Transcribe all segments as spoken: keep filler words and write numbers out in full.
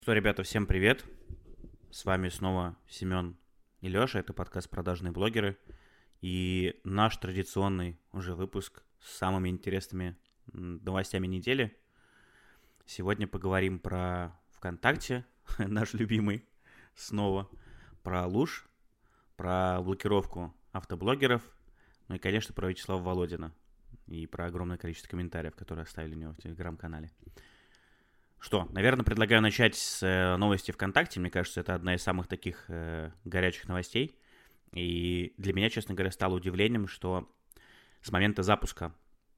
Что, ребята, всем привет! С вами снова Семен и Леша. Это подкаст «Продажные блогеры». И наш традиционный уже выпуск с самыми интересными новостями недели. Сегодня поговорим про ВКонтакте, наш любимый, снова. Про Луж, про блокировку автоблогеров. Ну и, конечно, про Вячеслава Володина. И про огромное количество комментариев, которые оставили у него в Телеграм-канале. Что, наверное, предлагаю начать с э, новости ВКонтакте. Мне кажется, это одна из самых таких э, горячих новостей. И для меня, честно говоря, стало удивлением, что с момента запуска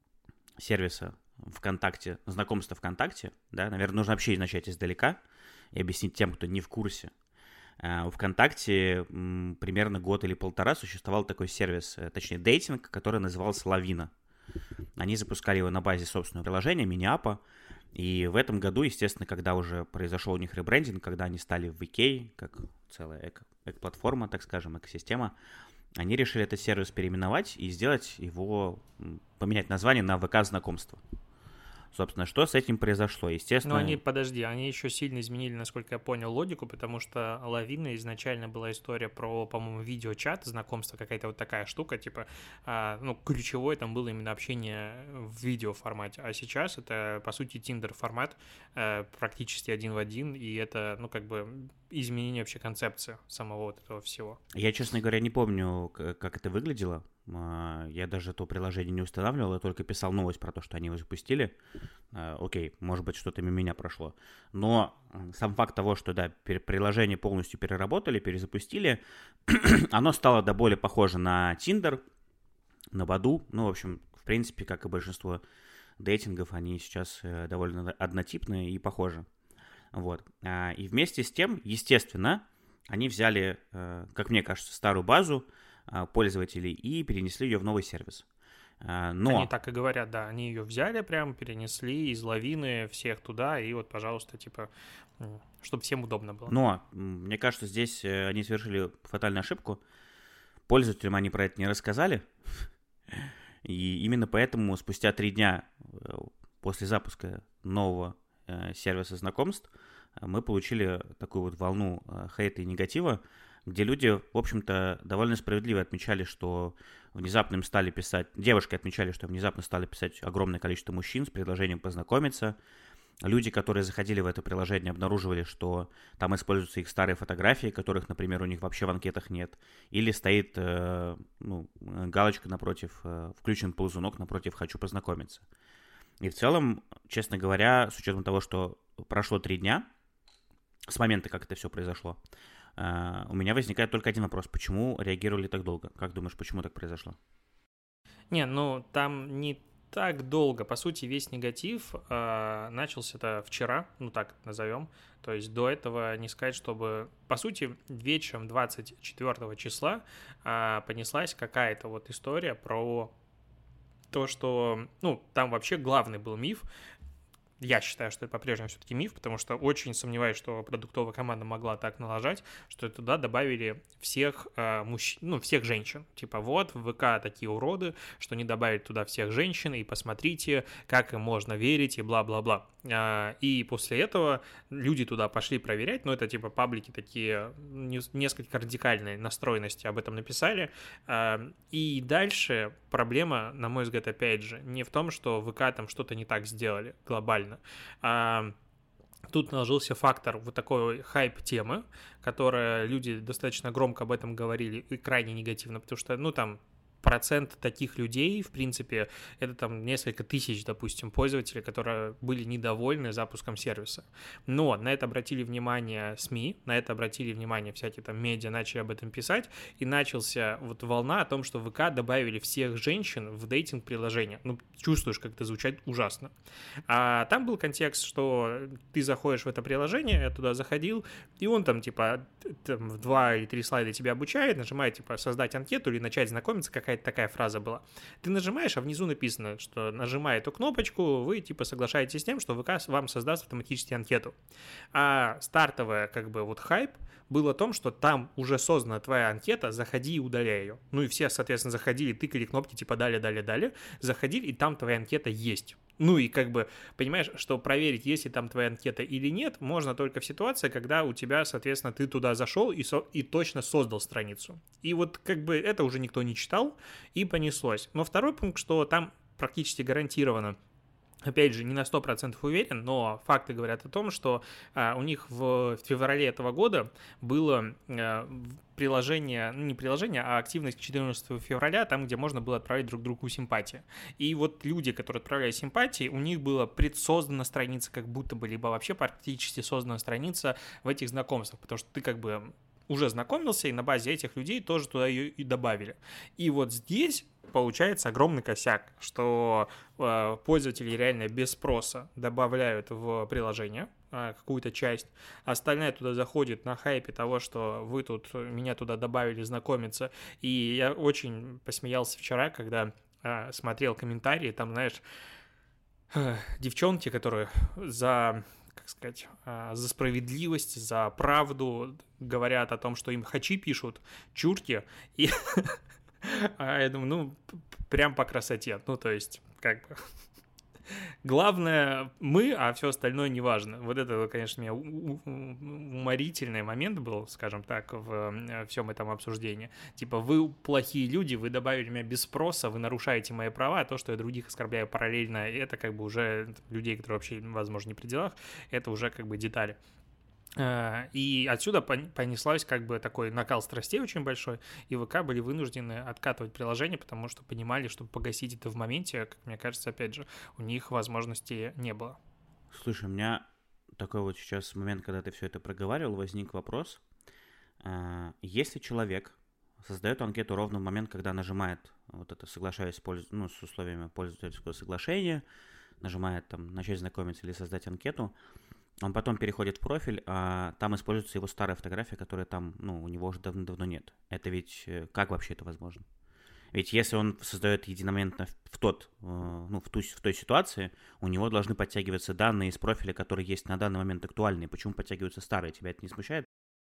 сервиса ВКонтакте, знакомства ВКонтакте, да, наверное, нужно вообще начать издалека и объяснить тем, кто не в курсе. Э, у ВКонтакте м, примерно год или полтора существовал такой сервис, э, точнее дейтинг, который назывался Lavina. Они запускали его на базе собственного приложения, мини-аппа. И в этом году, естественно, когда уже произошел у них ребрендинг, когда они стали в ви кей, как целая эко- эко-платформа, так скажем, экосистема, они решили этот сервис переименовать и сделать его, поменять название на ВК-знакомство. Собственно, что с этим произошло? Естественно... Ну, они, подожди, они еще сильно изменили, насколько я понял, логику, потому что Lavina изначально была история про, по-моему, видеочат, знакомство, какая-то вот такая штука, типа, а, ну, ключевое там было именно общение в видеоформате, а сейчас это, по сути, Tinder-формат, а, практически один в один, и это, ну, как бы изменение вообще концепции самого вот этого всего. Я, честно говоря, не помню, как это выглядело. Я даже то приложение не устанавливал, я только писал новость про то, что они его запустили. Окей, может быть, что-то мимо меня прошло. Но сам факт того, что, да, приложение полностью переработали, перезапустили, оно стало до более похоже на Tinder, на Badoo. Ну, в общем, в принципе, как и большинство дейтингов, они сейчас довольно однотипные и похожи. Вот. И вместе с тем, естественно, они взяли, как мне кажется, старую базу пользователей и перенесли ее в новый сервис. Но... Они так и говорят, да, они ее взяли прям, перенесли из Lavina всех туда, и вот, пожалуйста, типа, чтобы всем удобно было. Но, мне кажется, здесь они совершили фатальную ошибку. Пользователям они про это не рассказали. И именно поэтому спустя три дня после запуска нового сервиса знакомств мы получили такую вот волну хейта и негатива, где люди, в общем-то, довольно справедливо отмечали, что внезапно им стали писать, девушки отмечали, что внезапно стали писать огромное количество мужчин с предложением познакомиться. Люди, которые заходили в это приложение, обнаруживали, что там используются их старые фотографии, которых, например, у них вообще в анкетах нет. Или стоит э, ну, галочка напротив, э, включен ползунок напротив «хочу познакомиться». И в целом, честно говоря, с учетом того, что прошло три дня с момента, как это все произошло, Uh, у меня возникает только один вопрос. Почему реагировали так долго? Как думаешь, почему так произошло? Не, ну там не так долго. По сути, весь негатив э, начался-то вчера, ну так назовем. То есть до этого не сказать, чтобы... По сути, вечером двадцать четвёртого числа э, понеслась какая-то вот история про то, что... Ну, там вообще главный был миф. Я считаю, что это по-прежнему все-таки миф, потому что очень сомневаюсь, что продуктовая команда могла так налажать, что туда добавили всех э, мужчин, ну, всех женщин. Типа вот, в ВК такие уроды, что не добавили туда всех женщин, и посмотрите, как им можно верить, и бла-бла-бла. Э, и после этого люди туда пошли проверять, но это типа паблики такие не, несколько радикальной настроенности об этом написали. Э, и дальше проблема, на мой взгляд, опять же, не в том, что ВК там что-то не так сделали глобально. А, тут наложился фактор вот такой хайп-темы, которая люди достаточно громко об этом говорили и крайне негативно, потому что, ну, там, процент таких людей, в принципе, это там несколько тысяч, допустим, пользователей, которые были недовольны запуском сервиса. Но на это обратили внимание СМИ, на это обратили внимание всякие там медиа, начали об этом писать, и начался вот волна о том, что в ВК добавили всех женщин в дейтинг-приложение. Ну, чувствуешь, как это звучит ужасно. А там был контекст, что ты заходишь в это приложение, я туда заходил, и он там, типа, там, в два или три слайда тебя обучает, нажимает, типа, создать анкету или начать знакомиться, какая какая-то такая фраза была. Ты нажимаешь, а внизу написано, что нажимая эту кнопочку, вы типа соглашаетесь с тем, что ВК вам создаст автоматически анкету. А стартовая как бы вот хайп был о том, что там уже создана твоя анкета, заходи и удаляй ее. Ну и все, соответственно, заходили, тыкали кнопки типа далее, далее, далее, заходили, и там твоя анкета есть. Ну и как бы, понимаешь, что проверить, есть ли там твоя анкета или нет, можно только в ситуации, когда у тебя, соответственно, ты туда зашел и, со- и точно создал страницу. И вот как бы это уже никто не читал, и понеслось. Но второй пункт, что там практически гарантированно, опять же, не на сто процентов уверен, но факты говорят о том, что а, у них в феврале этого года было а, приложение, ну не приложение, а активность четырнадцатого февраля, там, где можно было отправить друг другу симпатии. И вот люди, которые отправляли симпатии, у них была предсоздана страница, как будто бы, либо вообще практически создана страница в этих знакомствах, потому что ты как бы уже знакомился, и на базе этих людей тоже туда ее и добавили. И вот здесь получается огромный косяк, что э, пользователи реально без спроса добавляют в приложение э, какую-то часть, остальная туда заходит на хайпе того, что вы тут меня туда добавили знакомиться, и я очень посмеялся вчера, когда э, смотрел комментарии, там, знаешь, э, девчонки, которые за... как сказать, за справедливость, за правду говорят о том, что им хачи пишут, чурки, и а я думаю, ну, прям по красоте, ну, то есть, как бы, главное мы, а все остальное не важно. Вот это, конечно, у меня уморительный момент был, скажем так, в всем этом обсуждении. Типа, вы плохие люди, вы добавили меня без спроса, вы нарушаете мои права, а то, что я других оскорбляю параллельно, это как бы уже людей, которые вообще, возможно, не при делах, это уже как бы детали. И отсюда понеслась как бы такой накал страстей очень большой, и ВК были вынуждены откатывать приложение, потому что понимали, чтобы погасить это в моменте, как мне кажется, опять же, у них возможности не было. Слушай, у меня такой вот сейчас момент, когда ты все это проговаривал, возник вопрос. Если человек создает анкету ровно в момент, когда нажимает вот это, соглашаясь ну, с условиями пользовательского соглашения, нажимает там начать знакомиться или создать анкету, он потом переходит в профиль, а там используются его старые фотографии, которые там, ну, у него уже давно-давно нет. Это ведь, как вообще это возможно? Ведь если он создает единомоментно в, тот, ну, в, ту, в той ситуации, у него должны подтягиваться данные из профиля, которые есть на данный момент актуальные. Почему подтягиваются старые? Тебя это не смущает?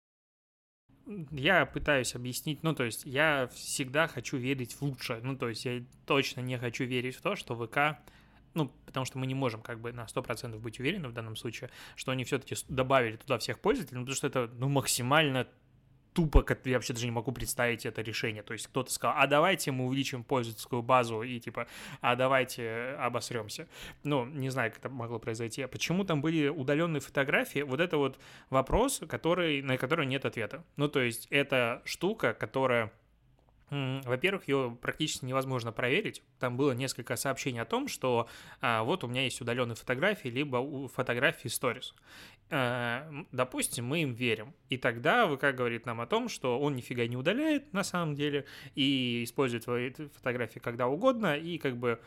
Я пытаюсь объяснить, ну, то есть я всегда хочу верить в лучшее. Ну, то есть я точно не хочу верить в то, что ВК... Ну, потому что мы не можем как бы на сто процентов быть уверены в данном случае, что они все-таки добавили туда всех пользователей, ну, потому что это, ну, максимально тупо, как я вообще даже не могу представить это решение. То есть кто-то сказал, а давайте мы увеличим пользовательскую базу и типа, а давайте обосремся. Ну, не знаю, как это могло произойти. А почему там были удаленные фотографии? Вот это вот вопрос, который, на который нет ответа. Ну, то есть это штука, которая... Во-первых, ее практически невозможно проверить. Там было несколько сообщений о том, что а, вот у меня есть удаленные фотографии, либо фотографии сторис. А, допустим, мы им верим. И тогда ВК говорит нам о том, что он нифига не удаляет на самом деле и использует твои фотографии когда угодно. И как бы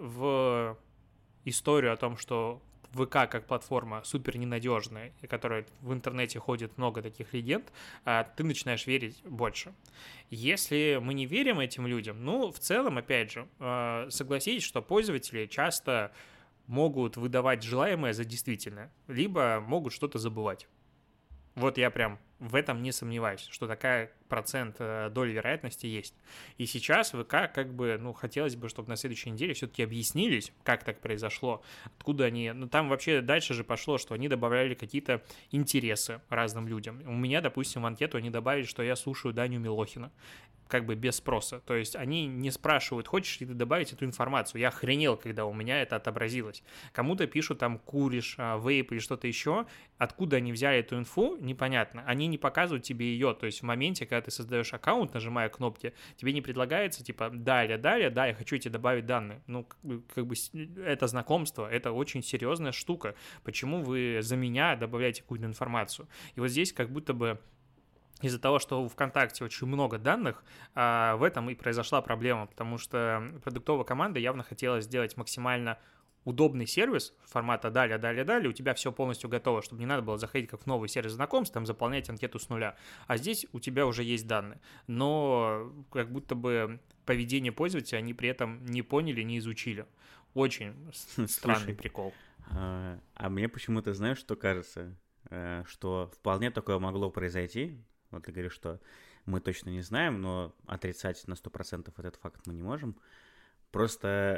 в историю о том, что ВК как платформа супер ненадежная, и которая в интернете ходит много таких легенд, ты начинаешь верить больше. Если мы не верим этим людям, ну, в целом, опять же, согласитесь, что пользователи часто могут выдавать желаемое за действительное, либо могут что-то забывать. Вот я прям в этом не сомневаюсь, что такая процент доли вероятности есть. И сейчас ВК как бы, ну, хотелось бы, чтобы на следующей неделе все-таки объяснились, как так произошло, откуда они... Ну, там вообще дальше же пошло, что они добавляли какие-то интересы разным людям. У меня, допустим, в анкету они добавили, что я слушаю Даню Милохина, как бы без спроса. То есть они не спрашивают, хочешь ли ты добавить эту информацию. Я охренел, когда у меня это отобразилось. Кому-то пишут там куришь, вейп или что-то еще. Откуда они взяли эту инфу, непонятно. Они не показывают тебе ее. То есть в моменте, когда ты создаешь аккаунт, нажимая кнопки, тебе не предлагается типа далее, далее, да, я хочу тебе добавить данные. Ну, как бы это знакомство, это очень серьезная штука. Почему вы за меня добавляете какую-то информацию? И вот здесь как будто бы из-за того, что у ВКонтакте очень много данных, в этом и произошла проблема, потому что продуктовая команда явно хотела сделать максимально удобный сервис формата далее, далее, далее, у тебя все полностью готово, чтобы не надо было заходить как в новый сервис знакомств, там заполнять анкету с нуля. А здесь у тебя уже есть данные. Но как будто бы поведение пользователя они при этом не поняли, не изучили. Очень странный Слушай, прикол. А, а мне почему-то, знаешь, что кажется? Что вполне такое могло произойти. Вот ты говоришь, что мы точно не знаем, но отрицать на сто процентов этот факт мы не можем. Просто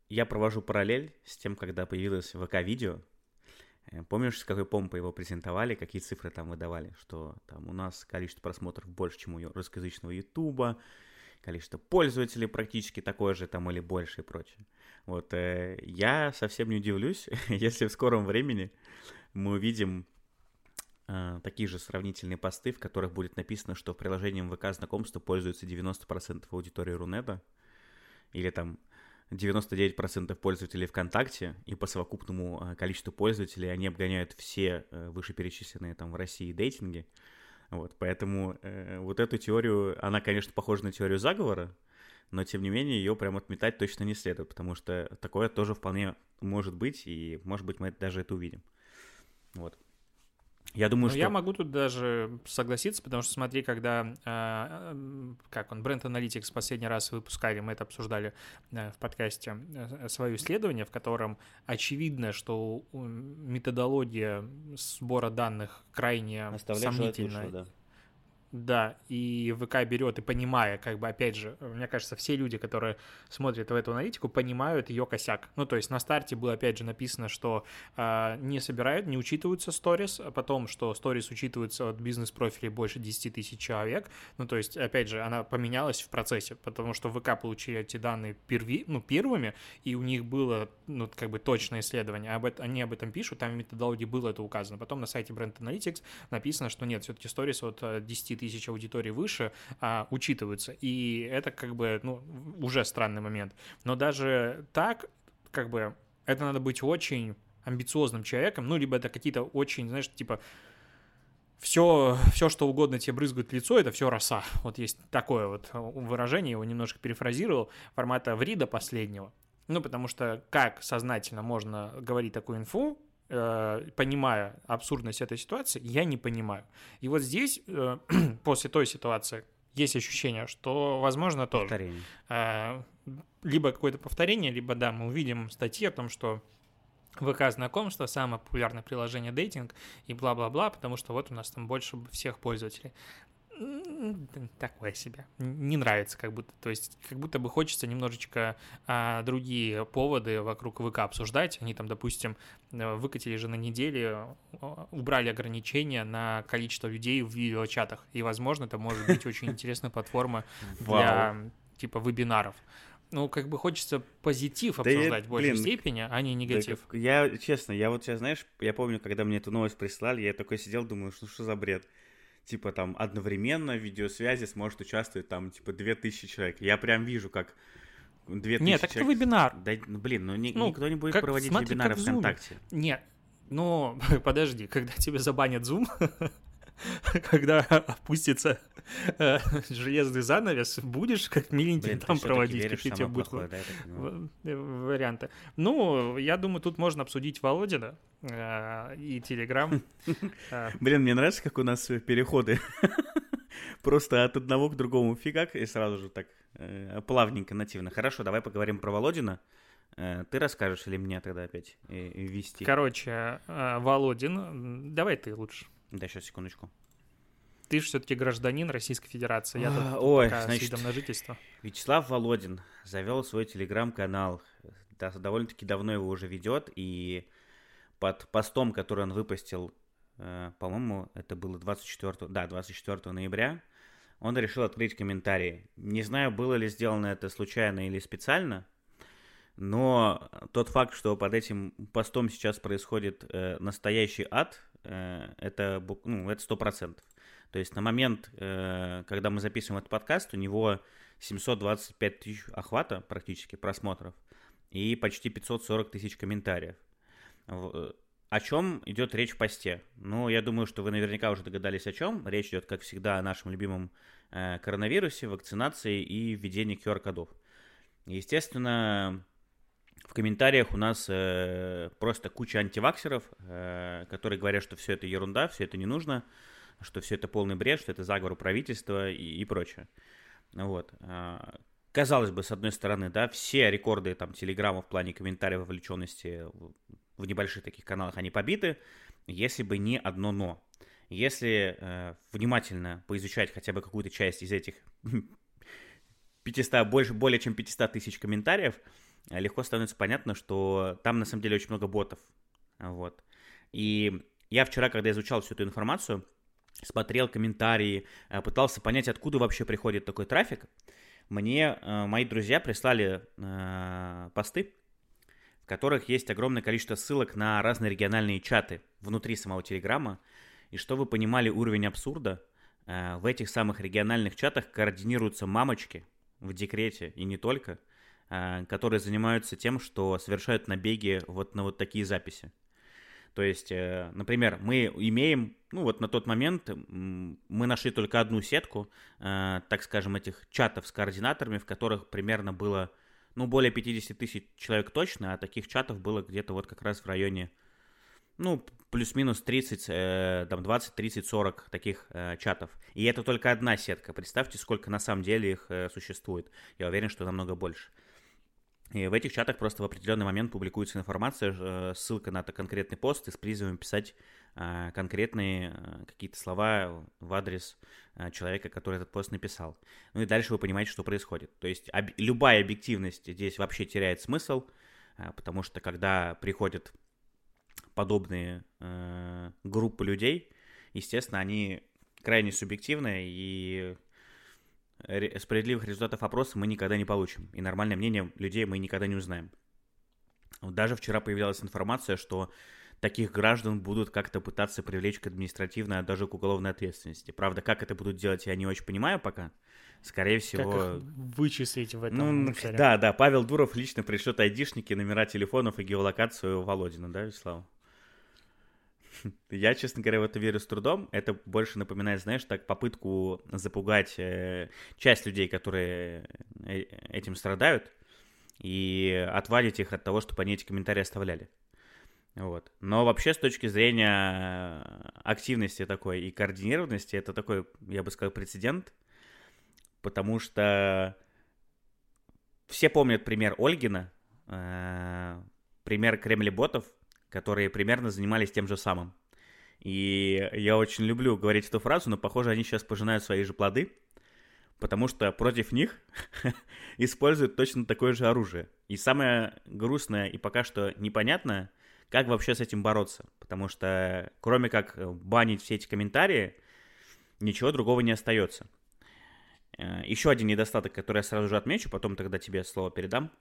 я провожу параллель с тем, когда появилось ВК-видео. Помнишь, с какой помпой его презентовали, какие цифры там выдавали? Что там у нас количество просмотров больше, чем у русскоязычного Ютуба, количество пользователей практически такое же там или больше и прочее. Вот, э, я совсем не удивлюсь, если в скором времени мы увидим э, такие же сравнительные посты, в которых будет написано, что в приложении ВК знакомства пользуется девяносто процентов аудитории Рунета, или там девяносто девять процентов пользователей ВКонтакте, и по совокупному количеству пользователей они обгоняют все вышеперечисленные там в России дейтинги. Вот, поэтому э, вот эту теорию, она, конечно, похожа на теорию заговора, но, тем не менее, ее прям отметать точно не следует, потому что такое тоже вполне может быть, и, может быть, мы даже это увидим. Вот. Я думаю, Но что... я могу тут даже согласиться, потому что смотри, когда, э, как он, Brand Analytics последний раз выпускали, мы это обсуждали э, в подкасте, э, свое исследование, в котором очевидно, что методология сбора данных крайне Оставляешь сомнительная. лучшего, да. Да, и ВК берет и понимая, как бы, опять же, мне кажется, все люди, которые смотрят в эту аналитику, понимают ее косяк. Ну, то есть на старте было, опять же, написано, что э, не собирают, не учитываются сторис, а потом, что сторис учитываются от бизнес-профилей больше десять тысяч человек. Ну, то есть, опять же, она поменялась в процессе, потому что ВК получили эти данные перви, ну, первыми, и у них было, ну, как бы, точное исследование. Об этом, они об этом пишут, там в методологии было это указано. Потом на сайте Brand Analytics написано, что нет, все-таки сторис от десять тысяч аудиторий выше а, учитываются. И это как бы, ну, уже странный момент. Но даже так, как бы, это надо быть очень амбициозным человеком, ну, либо это какие-то очень, знаешь, типа, все, все, что угодно тебе брызгают в лицо, это все роса. Вот есть такое вот выражение, его немножко перефразировал, формата «ври до последнего». Ну, потому что как сознательно можно говорить такую инфу, понимая абсурдность этой ситуации, я не понимаю. И вот здесь, после той ситуации, есть ощущение, что, возможно, тоже. Повторение. Либо какое-то повторение, либо, да, мы увидим статьи о том, что ВК-знакомство — самое популярное приложение дейтинг и бла-бла-бла, потому что вот у нас там больше всех пользователей. Такое себе. Не нравится как будто. То есть как будто бы хочется немножечко а, другие поводы вокруг ВК обсуждать. Они там, допустим, выкатили же на неделе, убрали ограничения на количество людей в видеочатах. И, возможно, это может быть очень интересная платформа для типа вебинаров. Ну, как бы хочется позитив обсуждать в большей степени, а не негатив. Я, честно, я вот сейчас, знаешь, я помню, когда мне эту новость прислали, я такой сидел, думаю, что что за бред? Типа там одновременно в видеосвязи сможет участвовать там типа две тысячи человек. Я прям вижу, как две тысячи Нет, так человек... это вебинар. Да, блин, ну, ни, ну никто не будет как, проводить смотри, вебинары в ВКонтакте. Нет, ну подожди, когда тебе забанят Zoom, когда опустится э, железный занавес, будешь как миленький там проводить, какие тебе будут да, варианты. Ну, я думаю, тут можно обсудить Володина э, и Телеграм. Блин, мне нравится, как у нас переходы просто от одного к другому фигак, и сразу же так э, плавненько, нативно. Хорошо, давай поговорим про Володина. Э, ты расскажешь или мне тогда опять э, вести? Короче, э, Володин, давай ты лучше. Да, сейчас, секундочку. Ты же все-таки гражданин Российской Федерации. Я тут Ой, пока значит, с видом на жительство. Вячеслав Володин завел свой телеграм-канал. Да, довольно-таки давно его уже ведет. И под постом, который он выпустил, э, по-моему, это было двадцать четвёртого, да, двадцать четвёртого ноября, он решил открыть комментарии. Не знаю, было ли сделано это случайно или специально, но тот факт, что под этим постом сейчас происходит э, настоящий ад, э, это, ну, это сто процентов. То есть на момент, э, когда мы записываем этот подкаст, у него семьсот двадцать пять тысяч охвата практически просмотров и почти пятьсот сорок тысяч комментариев. В, о чем идет речь в посте? Ну, я думаю, что вы наверняка уже догадались, о чем. Речь идет, как всегда, о нашем любимом э, коронавирусе, вакцинации и введении ку ар-кодов. Естественно, в комментариях у нас э, просто куча антиваксеров, э, которые говорят, что все это ерунда, все это не нужно, что все это полный бред, что это заговор правительства и, и прочее. Вот. Казалось бы, с одной стороны, да, все рекорды там Телеграма в плане комментариев вовлеченности в небольших таких каналах, они побиты, если бы не одно но. Если э, внимательно поизучать хотя бы какую-то часть из этих пятьсот, больше, более чем пятьсот тысяч комментариев, легко становится понятно, что там на самом деле очень много ботов. Вот. И я вчера, когда изучал всю эту информацию, смотрел комментарии, пытался понять, откуда вообще приходит такой трафик, мне мои друзья прислали посты, в которых есть огромное количество ссылок на разные региональные чаты внутри самого Телеграма. И чтобы вы понимали уровень абсурда, в этих самых региональных чатах координируются мамочки в декрете, и не только, которые занимаются тем, что совершают набеги вот на вот такие записи. То есть, например, мы имеем, ну вот на тот момент мы нашли только одну сетку, так скажем, этих чатов с координаторами, в которых примерно было, ну, более пятьдесят тысяч человек точно, а таких чатов было где-то вот как раз в районе, ну, плюс-минус тридцать, там двадцать, тридцать, сорок таких чатов. И это только одна сетка. Представьте, сколько на самом деле их существует. Я уверен, что намного больше. И в этих чатах просто в определенный момент публикуется информация, ссылка на конкретный пост и с призывом писать конкретные какие-то слова в адрес человека, который этот пост написал. Ну и дальше вы понимаете, что происходит. То есть об... любая объективность здесь вообще теряет смысл, потому что когда приходят подобные э, группы людей, естественно, они крайне субъективны, и справедливых результатов опроса мы никогда не получим. И нормальное мнение людей мы никогда не узнаем. Даже вчера появилась информация, что таких граждан будут как-то пытаться привлечь к административной, а даже к уголовной ответственности. Правда, как это будут делать, я не очень понимаю пока. Скорее всего... Как их вычислить в этом Ну, мусоре? да, да, Павел Дуров лично пришлет айдишники, номера телефонов и геолокацию Володина, да, Вячеслав? Я, честно говоря, в это верю с трудом. Это больше напоминает, знаешь, так попытку запугать э, часть людей, которые э, этим страдают, и отвадить их от того, чтобы они эти комментарии оставляли. Вот. Но вообще, с точки зрения активности такой и координированности, это такой, я бы сказал, прецедент, потому что все помнят пример Ольгина, э, пример Кремлеботов, которые примерно занимались тем же самым. И я очень люблю говорить эту фразу, но, похоже, они сейчас пожинают свои же плоды, потому что против них используют точно такое же оружие. И самое грустное и пока что непонятное, как вообще с этим бороться. Потому что, кроме как банить все эти комментарии, ничего другого не остается. Еще один недостаток, который я сразу же отмечу, потом тогда тебе слово передам.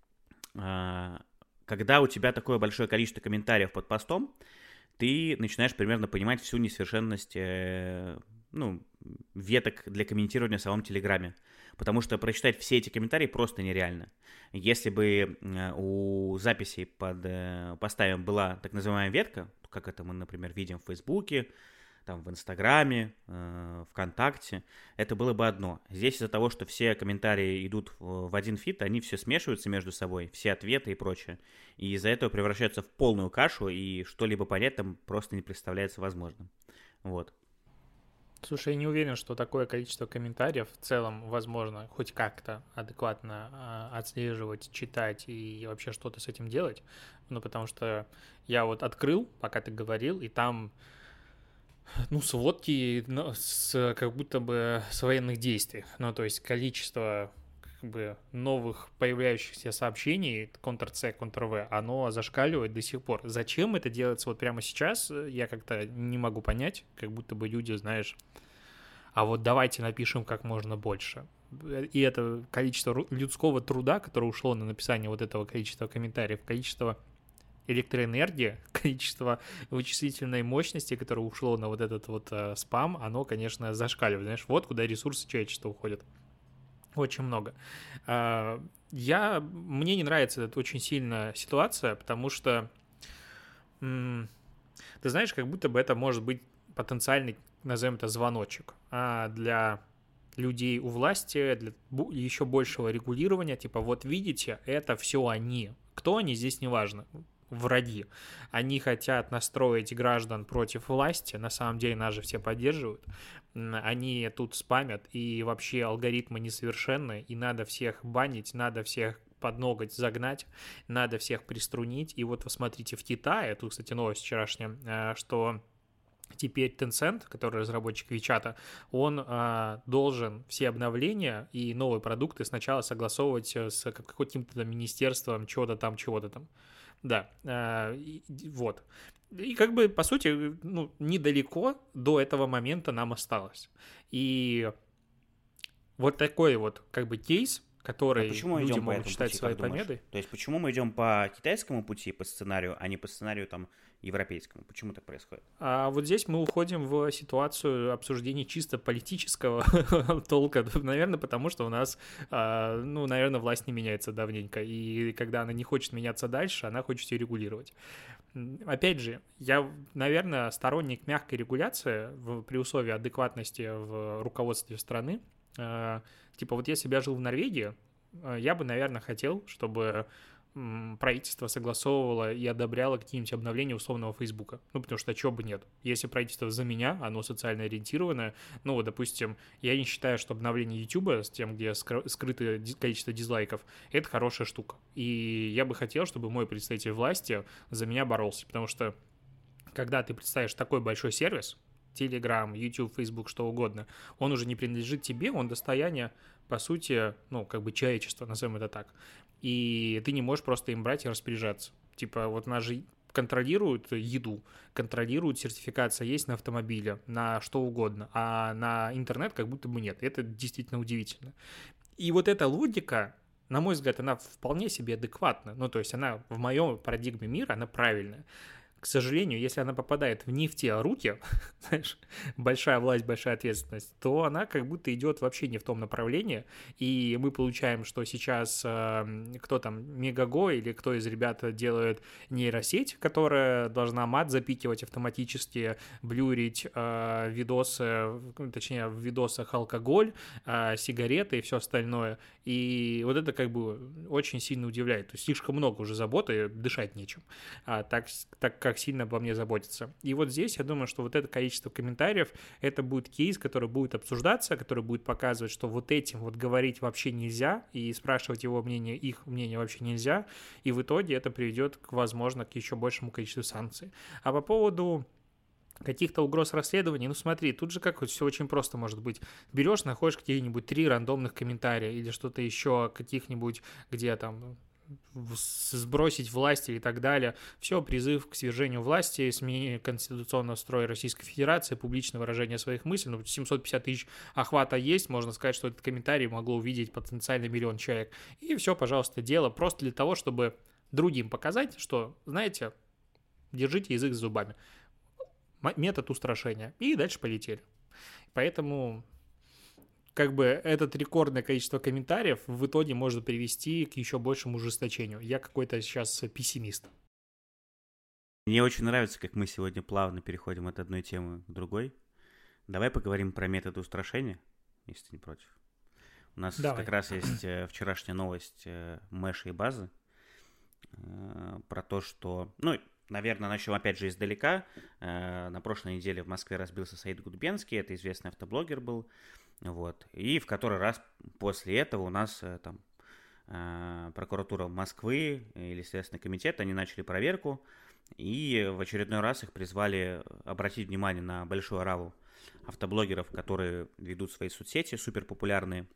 Когда у тебя такое большое количество комментариев под постом, ты начинаешь примерно понимать всю несовершенность э, ну, веток для комментирования в самом Телеграме. Потому что прочитать все эти комментарии просто нереально. Если бы э, у записей под э, постами была так называемая ветка, как это мы, например, видим в Фейсбуке, там, в Инстаграме, э, ВКонтакте, это было бы одно. Здесь из-за того, что все комментарии идут в, в один фит, они все смешиваются между собой, все ответы и прочее. И из-за этого превращаются в полную кашу, и что-либо понять там просто не представляется возможным. Вот. Слушай, я не уверен, что такое количество комментариев в целом возможно хоть как-то адекватно э, отслеживать, читать и вообще что-то с этим делать. Ну, потому что я вот открыл, пока ты говорил, и там... Ну, сводки ну, с, как будто бы с военных действий. Ну, то есть количество как бы новых появляющихся сообщений, контр-С, контр-В, оно зашкаливает до сих пор. Зачем это делается вот прямо сейчас, я как-то не могу понять. Как будто бы люди, знаешь, а вот давайте напишем как можно больше. И это количество людского труда, которое ушло на написание вот этого количества комментариев, количество... электроэнергия, количество вычислительной мощности, которое ушло на вот этот вот э, спам, оно, конечно, зашкаливает. Знаешь, вот куда ресурсы человечества уходят. Очень много. Э, я, мне не нравится эта очень сильно ситуация, потому что, м- ты знаешь, как будто бы это может быть потенциальный, назовем это, звоночек а для людей у власти, для еще большего регулирования, типа, вот видите, это все они. Кто они, здесь не важно. Враги. Они хотят настроить граждан против власти, на самом деле нас же все поддерживают, они тут спамят, и вообще алгоритмы несовершенны, и надо всех банить, надо всех под ноготь загнать, надо всех приструнить, и вот вы смотрите в Китае, тут, кстати, новость вчерашняя, что теперь Tencent, который разработчик Вичата, он а, должен все обновления и новые продукты сначала согласовывать с каким-то там министерством, чего-то там, чего-то там. Да, а, и, вот. И как бы, по сути, ну, недалеко до этого момента нам осталось. И вот такой вот как бы кейс, который а почему мы люди идем по могут этому считать пути, своей как думаешь? победой. То есть почему мы идем по китайскому пути, по сценарию, а не по сценарию там европейскому? Почему так происходит? А вот здесь мы уходим в ситуацию обсуждения чисто политического толка, наверное, потому что у нас, ну, наверное, власть не меняется давненько, и когда она не хочет меняться дальше, она хочет ее регулировать. Опять же, я, наверное, сторонник мягкой регуляции в, при условии адекватности в руководстве страны. Типа вот если бы я жил в Норвегии, я бы, наверное, хотел, чтобы правительство согласовывало и одобряло какие-нибудь обновления условного Фейсбука. Ну, потому что чего бы нет. Если правительство за меня, оно социально ориентированное, ну, вот, допустим, я не считаю, что обновление Ютуба с тем, где скрыто количество дизлайков, это хорошая штука. И я бы хотел, чтобы мой представитель власти за меня боролся, потому что когда ты представишь такой большой сервис, Telegram, YouTube, Facebook, что угодно, он уже не принадлежит тебе, он достояние, по сути, ну, как бы человечества, назовем это так. И ты не можешь просто им брать и распоряжаться. Типа, вот нас же контролируют еду, контролируют сертификация есть на автомобиле, на что угодно, а на интернет как будто бы нет. Это действительно удивительно. И вот эта логика, на мой взгляд, она вполне себе адекватна. Ну, то есть она в моем парадигме мира, она правильная. К сожалению, если она попадает в не в те руки, знаешь, большая власть, большая ответственность, то она как будто идет вообще не в том направлении, и мы получаем, что сейчас э, кто там, Мегаго или кто из ребят делает нейросеть, которая должна мат запикивать автоматически, блюрить э, видосы, точнее, в видосах алкоголь, э, сигареты и все остальное, и вот это как бы очень сильно удивляет, то есть слишком много уже заботы, дышать нечем, а так, так как сильно обо мне заботится. И вот здесь я думаю, что вот это количество комментариев, это будет кейс, который будет обсуждаться, который будет показывать, что вот этим вот говорить вообще нельзя, и спрашивать его мнение, их мнение вообще нельзя, и в итоге это приведет, к, возможно, к еще большему количеству санкций. А по поводу каких-то угроз расследований, ну смотри, тут же как вот все очень просто может быть. Берешь, находишь какие-нибудь три рандомных комментария или что-то еще, каких-нибудь, где там сбросить власть и так далее. Все, призыв к свержению власти, смене конституционного строя Российской Федерации, публичное выражение своих мыслей. Ну, семьсот пятьдесят тысяч охвата есть, можно сказать, что этот комментарий могло увидеть потенциально миллион человек. И все, пожалуйста, дело просто для того, чтобы другим показать, что, знаете, держите язык за зубами. Метод устрашения. И дальше полетели. Поэтому как бы этот рекордное количество комментариев в итоге может привести к еще большему ужесточению. Я какой-то сейчас пессимист. Мне очень нравится, как мы сегодня плавно переходим от одной темы к другой. Давай поговорим про метод устрашения, если ты не против. У нас Давай. Как раз есть вчерашняя новость Мэша и Базы про то, что... Ну, наверное, начнем опять же издалека. На прошлой неделе в Москве разбился Саид Гудбенский, это известный автоблогер был. Вот. И в который раз после этого у нас там прокуратура Москвы или Следственный комитет, они начали проверку, и в очередной раз их призвали обратить внимание на большую ораву автоблогеров, которые ведут свои соцсети суперпопулярные,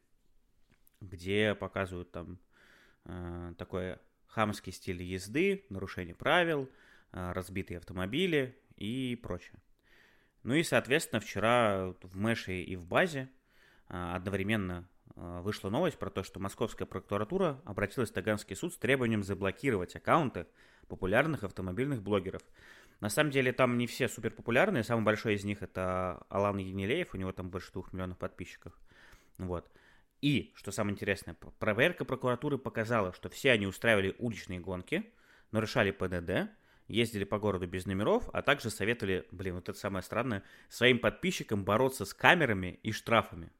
где показывают там такой хамский стиль езды, нарушение правил, разбитые автомобили и прочее. Ну и, соответственно, вчера в Мэше и в Базе одновременно вышла новость про то, что Московская прокуратура обратилась в Таганский суд с требованием заблокировать аккаунты популярных автомобильных блогеров. На самом деле там не все суперпопулярные, самый большой из них это Алан Енилеев, у него там больше двух миллионов подписчиков. Вот. И, что самое интересное, проверка прокуратуры показала, что все они устраивали уличные гонки, нарушали ПДД, ездили по городу без номеров, а также советовали, блин, вот это самое странное, своим подписчикам бороться с камерами и штрафами.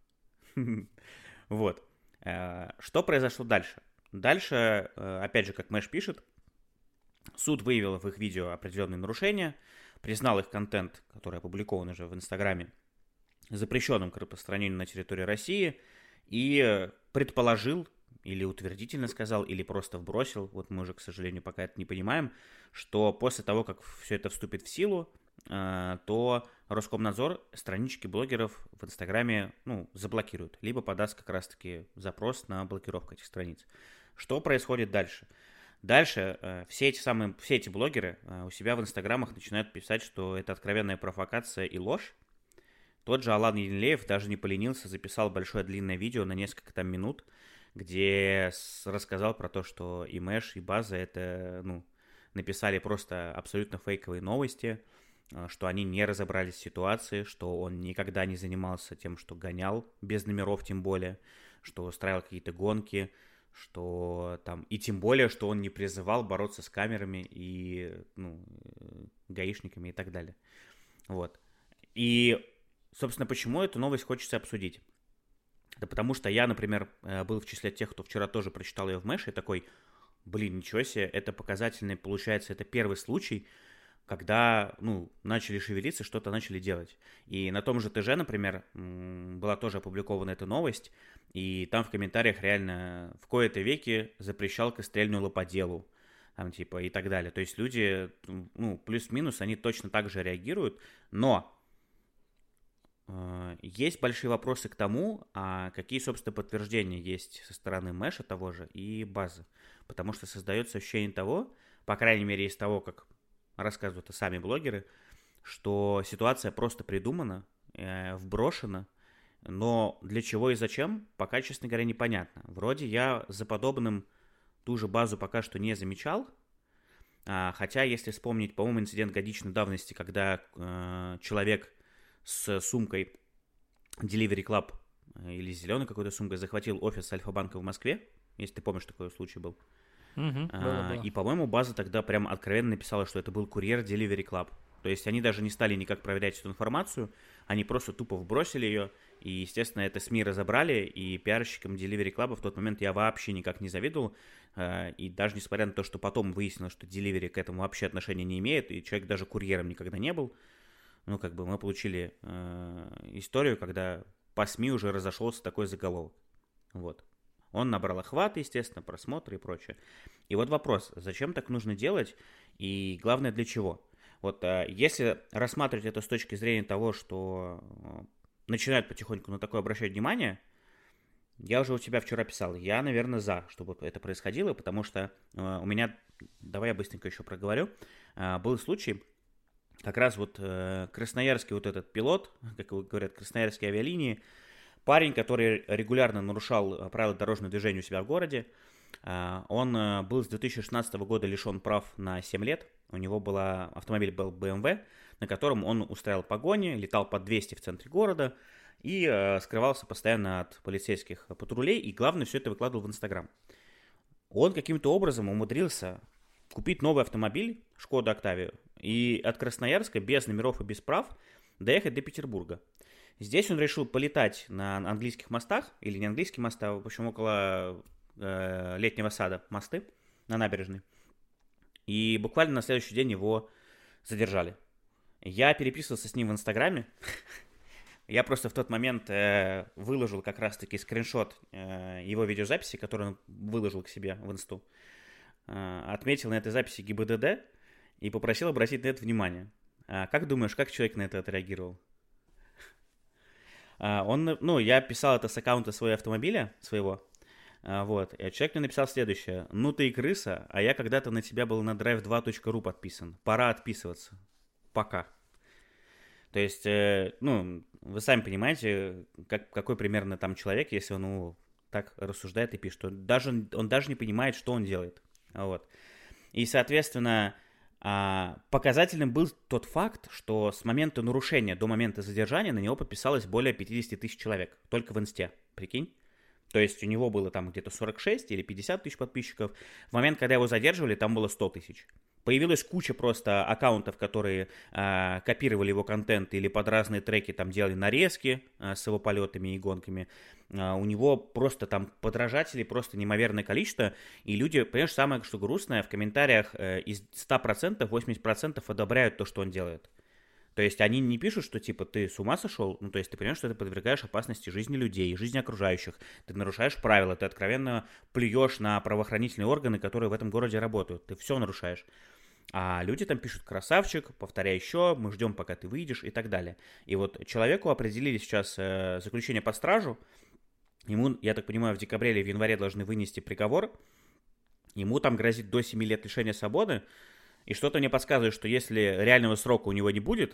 Вот. Что произошло дальше? Дальше, опять же, как Мэш пишет, суд выявил в их видео определенные нарушения, признал их контент, который опубликован уже в Инстаграме, запрещенным к распространению на территории России, и предположил, или утвердительно сказал, или просто вбросил, вот мы уже, к сожалению, пока это не понимаем, что после того, как все это вступит в силу, то Роскомнадзор странички блогеров в Инстаграме, ну, заблокирует, либо подаст как раз-таки запрос на блокировку этих страниц. Что происходит дальше? Дальше э, все эти самые, все эти блогеры э, у себя в Инстаграмах начинают писать, что это откровенная провокация и ложь. Тот же Алан Енилеев даже не поленился, записал большое длинное видео на несколько там минут, где с, рассказал про то, что и Мэш, и База это, ну, написали просто абсолютно фейковые новости, что они не разобрались в ситуации, что он никогда не занимался тем, что гонял, без номеров тем более, что устраивал какие-то гонки, что там, и тем более, что он не призывал бороться с камерами и, ну, гаишниками и так далее. Вот. И, собственно, почему эту новость хочется обсудить? Да потому что я, например, был в числе тех, кто вчера тоже прочитал ее в Мэше, и такой, блин, ничего себе, это показательный, получается, это первый случай, когда, ну, начали шевелиться, что-то начали делать. И на том же ТЖ, например, была тоже опубликована эта новость, и там в комментариях реально в кои-то веки запрещал кострельную лоподелу, там типа и так далее. То есть люди, ну, плюс-минус, они точно так же реагируют, но э, есть большие вопросы к тому, а какие, собственно, подтверждения есть со стороны Мэша того же и базы. Потому что создается ощущение того, по крайней мере, из того, как рассказывают и сами блогеры, что ситуация просто придумана, э, вброшена, но для чего и зачем, пока, честно говоря, непонятно. Вроде я за подобным ту же базу пока что не замечал, а, хотя, если вспомнить, по-моему, инцидент годичной давности, когда э, человек с сумкой Delivery Club или с зеленой какой-то сумкой захватил офис Альфа-банка в Москве, если ты помнишь, такой случай был. Угу, а, было, было. И, по-моему, база тогда прям откровенно написала, что это был курьер Delivery Club. То есть они даже не стали никак проверять эту информацию, они просто тупо вбросили ее, и, естественно, это СМИ разобрали, и пиарщикам Delivery Club в тот момент я вообще никак не завидовал, и даже несмотря на то, что потом выяснилось, что Delivery к этому вообще отношения не имеет, и человек даже курьером никогда не был, ну, как бы мы получили э, историю, когда по СМИ уже разошелся такой заголовок. Вот. Он набрал охват, естественно, просмотры и прочее. И вот вопрос, зачем так нужно делать, и главное, для чего? Вот если рассматривать это с точки зрения того, что начинают потихоньку на такое обращать внимание, я уже у тебя вчера писал, я, наверное, за, чтобы это происходило, потому что у меня, давай я быстренько еще проговорю, был случай, как раз вот красноярский вот этот пилот, как говорят, красноярские авиалинии, парень, который регулярно нарушал правила дорожного движения у себя в городе, он был с две тысячи шестнадцатого года лишен прав на семь лет. У него была, автомобиль был бэ эм вэ, на котором он устраивал погони, летал по двести в центре города и скрывался постоянно от полицейских патрулей. И главное, все это выкладывал в Инстаграм. Он каким-то образом умудрился купить новый автомобиль, Шкода Октавию, и от Красноярска без номеров и без прав доехать до Петербурга. Здесь он решил полетать на английских мостах, или не английские моста, в общем, около э, летнего сада мосты на набережной. И буквально на следующий день его задержали. Я переписывался с ним в Инстаграме. Я просто в тот момент э, выложил как раз-таки скриншот э, его видеозаписи, которую он выложил к себе в Инсту. Э, отметил на этой записи гэ бэ дэ дэ и попросил обратить на это внимание. А как думаешь, как человек на это отреагировал? Он, ну, я писал это с аккаунта своего автомобиля, своего, вот, и человек мне написал следующее: ну ты и крыса, а я когда-то на тебя был на драйв два точка ру подписан, пора отписываться, пока. То есть, ну, вы сами понимаете, как, какой примерно там человек, если он, ну, так рассуждает и пишет, он даже, он даже не понимает, что он делает, вот. И, соответственно, показательным был тот факт, что с момента нарушения до момента задержания на него подписалось более пятьдесят тысяч человек, только в Инсте, прикинь. То есть у него было там где-то сорок шесть или пятьдесят тысяч подписчиков. В момент, когда его задерживали, там было сто тысяч. Появилась куча просто аккаунтов, которые э, копировали его контент или под разные треки там делали нарезки э, с его полетами и гонками. Э, у него просто там подражателей просто неимоверное количество. И люди, понимаешь, самое что грустное, в комментариях э, из ста процентов восемьдесят процентов одобряют то, что он делает. То есть они не пишут, что типа ты с ума сошел, ну то есть ты понимаешь, что ты подвергаешь опасности жизни людей, жизни окружающих, ты нарушаешь правила, ты откровенно плюешь на правоохранительные органы, которые в этом городе работают, ты все нарушаешь. А люди там пишут «красавчик», «повторяй еще», «мы ждем, пока ты выйдешь» и так далее. И вот человеку определили сейчас э, заключение под стражу. Ему, я так понимаю, в декабре или в январе должны вынести приговор. Ему там грозит до семи лет лишения свободы. И что-то мне подсказывает, что если реального срока у него не будет,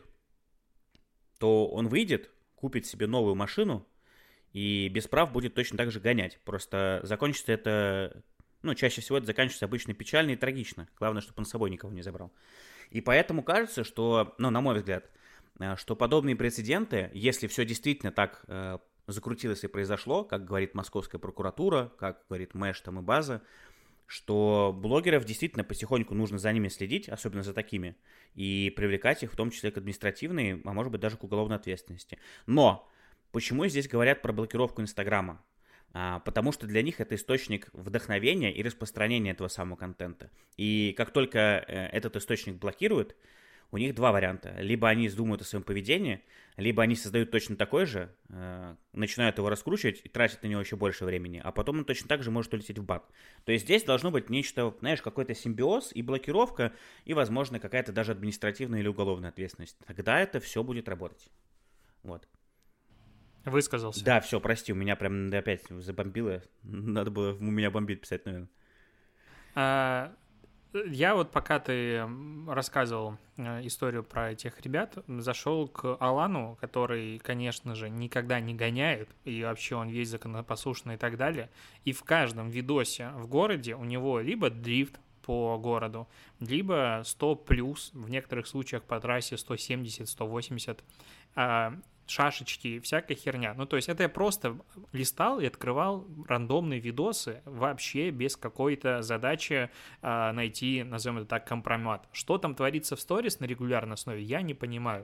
то он выйдет, купит себе новую машину и без прав будет точно так же гонять. Просто закончится это... Ну, чаще всего это заканчивается обычно печально и трагично. Главное, чтобы он с собой никого не забрал. И поэтому кажется, что, ну, на мой взгляд, что подобные прецеденты, если все действительно так э, закрутилось и произошло, как говорит московская прокуратура, как говорит Мэш там и база, что блогеров действительно потихоньку нужно за ними следить, особенно за такими, и привлекать их в том числе к административной, а может быть даже к уголовной ответственности. Но почему здесь говорят про блокировку Инстаграма? А, потому что для них это источник вдохновения и распространения этого самого контента. И как только э, этот источник блокируют, у них два варианта. Либо они думают о своем поведении, либо они создают точно такой же, э, начинают его раскручивать и тратят на него еще больше времени, а потом он точно так же может улететь в бан. То есть здесь должно быть нечто, знаешь, какой-то симбиоз и блокировка, и, возможно, какая-то даже административная или уголовная ответственность. Тогда это все будет работать. Вот. Высказался. Да, все, прости, у меня прям опять забомбило. Надо было у меня бомбить писать, наверное. А, я вот пока ты рассказывал историю про этих ребят, зашел к Алану, который, конечно же, никогда не гоняет, и вообще он весь законопослушный и так далее. И в каждом видосе в городе у него либо дрифт по городу, либо сто плюс, в некоторых случаях по трассе сто семьдесят - сто восемьдесят, шашечки, всякая херня. Ну, то есть это я просто листал и открывал рандомные видосы вообще без какой-то задачи а, найти, назовем это так, компромат. Что там творится в сторис на регулярной основе, я не понимаю.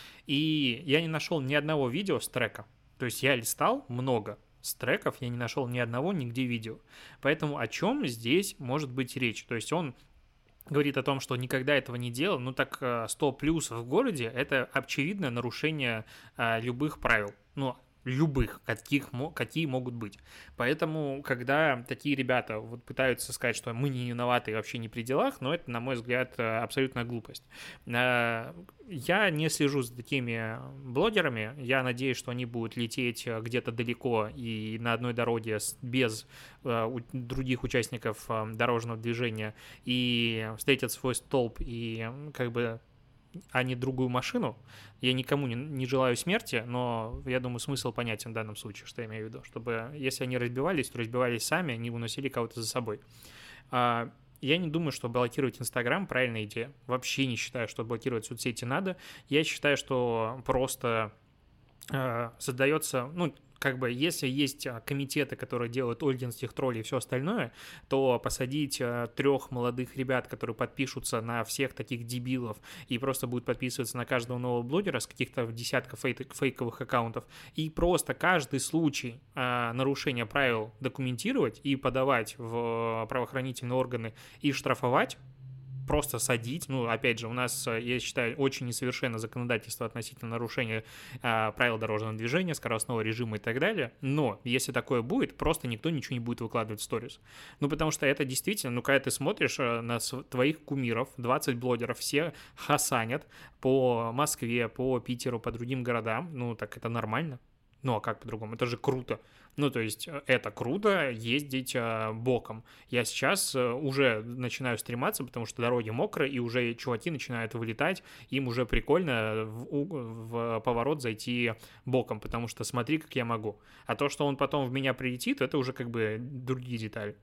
И я не нашел ни одного видео с трека. То есть я листал много с треков, я не нашел ни одного нигде видео. Поэтому о чем здесь может быть речь? То есть он говорит о том, что никогда этого не делал, ну так сто плюс в городе – это очевидное нарушение а, любых правил, ну, любых, каких, какие могут быть. Поэтому, когда такие ребята вот пытаются сказать, что мы не виноваты и вообще не при делах, но это, на мой взгляд, абсолютная глупость. Я не слежу за такими блогерами, я надеюсь, что они будут лететь где-то далеко и на одной дороге без других участников дорожного движения и встретят свой столб и как бы а не другую машину. Я никому не, не желаю смерти, но я думаю, смысл понятен в данном случае, что я имею в виду. Чтобы, если они разбивались, то разбивались сами, не уносили кого-то за собой. А, я не думаю, что блокировать Инстаграм – правильная идея. Вообще не считаю, что блокировать соцсети надо. Я считаю, что просто а, создается, ну, как бы, если есть комитеты, которые делают ольгинских троллей и все остальное, то посадить трех молодых ребят, которые подпишутся на всех таких дебилов и просто будут подписываться на каждого нового блогера с каких-то десятков фейковых аккаунтов, и просто каждый случай нарушения правил документировать и подавать в правоохранительные органы и штрафовать, просто садить, ну, опять же, у нас, я считаю, очень несовершенно законодательство относительно нарушения а, правил дорожного движения, скоростного режима и так далее, но если такое будет, просто никто ничего не будет выкладывать в сторис. Ну, потому что это действительно, ну, когда ты смотришь на твоих кумиров, двадцать блогеров, все хасанят по Москве, по Питеру, по другим городам, ну, так это нормально. Ну, а как по-другому? Это же круто. Ну, то есть, это круто ездить а, боком. Я сейчас а, уже начинаю стрематься, потому что дороги мокрые, и уже чуваки начинают вылетать, им уже прикольно в, в поворот зайти боком, потому что смотри, как я могу. А то, что он потом в меня прилетит, это уже как бы другие детали.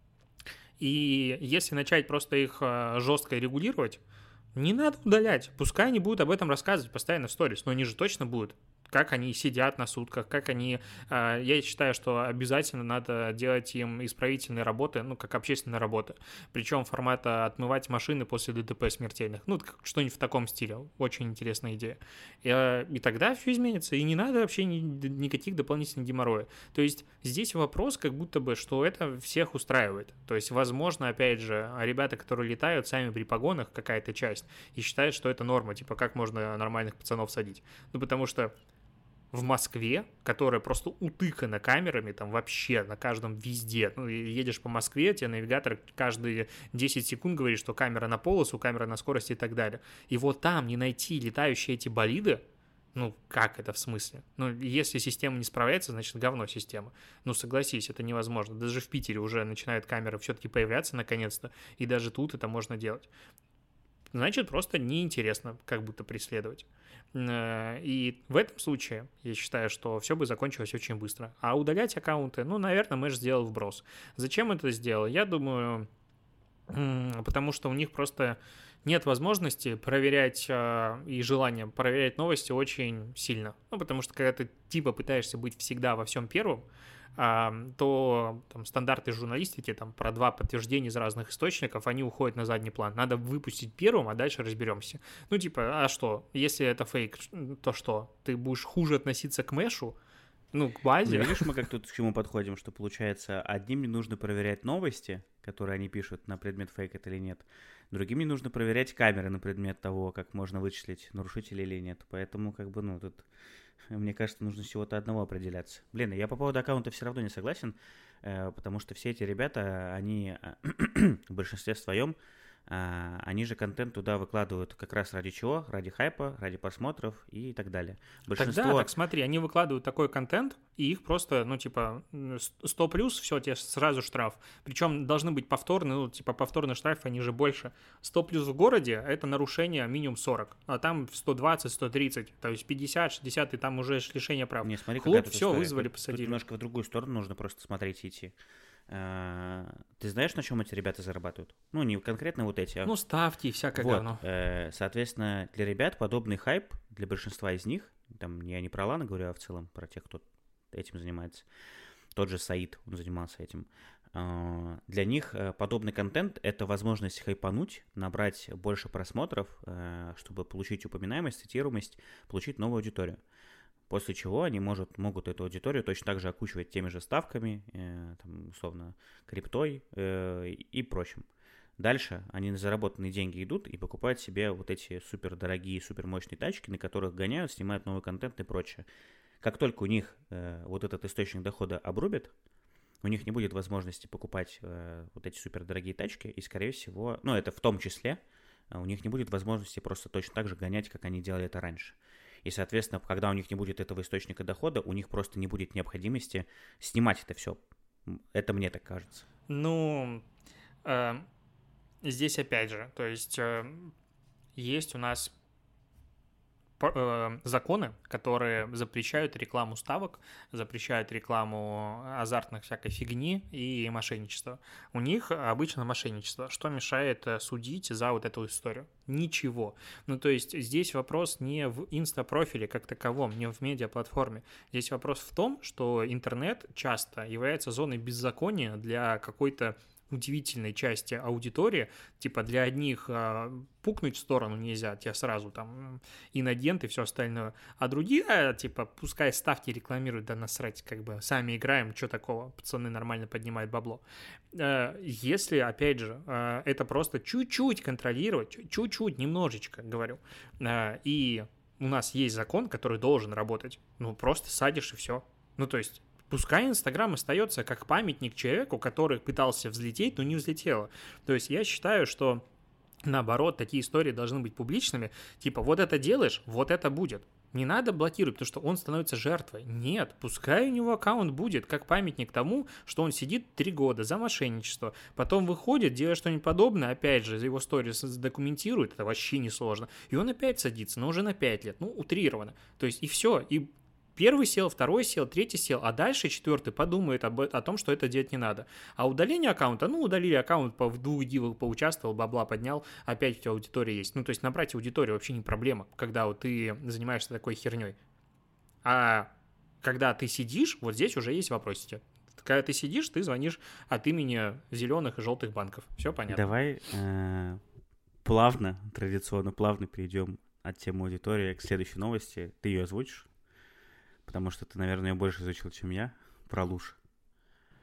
И если начать просто их а, жестко регулировать, не надо удалять. Пускай они будут об этом рассказывать постоянно в сторис, но они же точно будут. Как они сидят на сутках, как они... Я считаю, что обязательно надо делать им исправительные работы, ну, как общественные работы. Причем формата отмывать машины после ДТП смертельных. Ну, что-нибудь в таком стиле. Очень интересная идея. И, и тогда все изменится. И не надо вообще ни, никаких дополнительных геморроя. То есть здесь вопрос как будто бы, что это всех устраивает. То есть, возможно, опять же, ребята, которые летают сами при погонах, какая-то часть, и считают, что это норма. Типа, как можно нормальных пацанов садить. Ну, потому что в Москве, которая просто утыкана камерами, там вообще на каждом везде. Ну, едешь по Москве, тебе навигатор каждые десять секунд говорит, что камера на полосу, камера на скорости и так далее. И вот там не найти летающие эти болиды, ну, как это в смысле? Ну, если система не справляется, значит, говно система. Ну, согласись, это невозможно. Даже в Питере уже начинают камеры все-таки появляться наконец-то, и даже тут это можно делать. Значит, просто неинтересно как будто преследовать. И в этом случае я считаю, что все бы закончилось очень быстро. А удалять аккаунты, ну, наверное, Мэш сделал вброс. Зачем это сделал? Я думаю, потому что у них просто нет возможности проверять и желания проверять новости очень сильно. Ну, потому что когда ты типа пытаешься быть всегда во всем первым, то там, стандарты журналистики там, про два подтверждения из разных источников, они уходят на задний план. Надо выпустить первым, а дальше разберемся. Ну, типа, а что? Если это фейк, то что? Ты будешь хуже относиться к Мэшу? Ну, к базе? Ну, видишь, мы как тут к чему подходим, что получается, одним не нужно проверять новости, которые они пишут на предмет фейк это или нет, другим не нужно проверять камеры на предмет того, как можно вычислить, нарушителя или нет. Поэтому, как бы, ну, тут... Мне кажется, нужно с чего-то одного определяться. Блин, я по поводу аккаунта все равно не согласен, потому что все эти ребята, они в большинстве своем, они же контент туда выкладывают как раз ради чего? Ради хайпа, ради просмотров и так далее. Большинство... Тогда, так смотри, они выкладывают такой контент, и их просто, ну, типа, сто плюс, все, тебе сразу штраф. Причем должны быть повторные, ну, типа, повторный штраф, они же больше. сто плюс в городе — это нарушение минимум сорок, а там сто двадцать, сто тридцать, то есть пятьдесят, шестьдесят, и там уже лишение прав. Не, смотри, Клуб, все, история. вызвали, тут, посадили. Тут немножко в другую сторону нужно просто смотреть и идти. Ты знаешь, на чем эти ребята зарабатывают? Ну, не конкретно вот эти, а... Ну, ставки и всякое вот, говно. Соответственно, для ребят подобный хайп, для большинства из них, там, я не про Лана говорю, а в целом про тех, кто этим занимается, тот же Саид, он занимался этим, для них подобный контент — это возможность хайпануть, набрать больше просмотров, чтобы получить упоминаемость, цитируемость, получить новую аудиторию. После чего они может, могут эту аудиторию точно так же окучивать теми же ставками, э, там, условно, криптой э, и прочим. Дальше они на заработанные деньги идут и покупают себе вот эти супердорогие, супермощные тачки, на которых гоняют, снимают новый контент и прочее. Как только у них э, вот этот источник дохода обрубят, у них не будет возможности покупать э, вот эти супердорогие тачки, и, скорее всего, ну, это в том числе, у них не будет возможности просто точно так же гонять, как они делали это раньше. И, соответственно, когда у них не будет этого источника дохода, у них просто не будет необходимости снимать это все. Это мне так кажется. Ну, э, здесь опять же, то есть э, есть у нас законы, которые запрещают рекламу ставок, запрещают рекламу азартных всякой фигни и мошенничества. У них обычно мошенничество. Что мешает судить за вот эту историю? Ничего. Ну, то есть здесь вопрос не в инста-профиле как таковом, не в медиаплатформе. Здесь вопрос в том, что интернет часто является зоной беззакония для какой-то удивительной части аудитории, типа для одних а, пукнуть в сторону нельзя, тебя сразу там инагент и все остальное, а другие, а, типа, пускай ставки рекламируют, да насрать, как бы, сами играем, что такого, пацаны нормально поднимают бабло. А, если, опять же, а, это просто чуть-чуть контролировать, чуть-чуть, немножечко, говорю, а, и у нас есть закон, который должен работать, ну, просто садишь и все. Ну, то есть пускай Инстаграм остается как памятник человеку, который пытался взлететь, но не взлетело. То есть я считаю, что наоборот, такие истории должны быть публичными. Типа, вот это делаешь, вот это будет. Не надо блокировать, потому что он становится жертвой. Нет, пускай у него аккаунт будет как памятник тому, что он сидит три года за мошенничество, потом выходит, делает что-нибудь подобное, опять же, его сторис документирует, это вообще несложно, и он опять садится, но уже на пять лет, ну, утрированно. То есть и все, и первый сел, второй сел, третий сел, а дальше четвертый подумает об, о том, что это делать не надо. А удаление аккаунта, ну, удалили аккаунт, в двух дивах поучаствовал, бабла поднял, опять у тебя аудитория есть. Ну, то есть набрать аудиторию вообще не проблема, когда вот ты занимаешься такой херней. А когда ты сидишь, вот здесь уже есть вопросики. Когда ты сидишь, ты звонишь от имени зеленых и желтых банков. Все понятно. Давай э, плавно, традиционно плавно перейдем от темы аудитории к следующей новости. Ты ее озвучишь? Потому что ты, наверное, ее больше изучил, чем я, про Луж.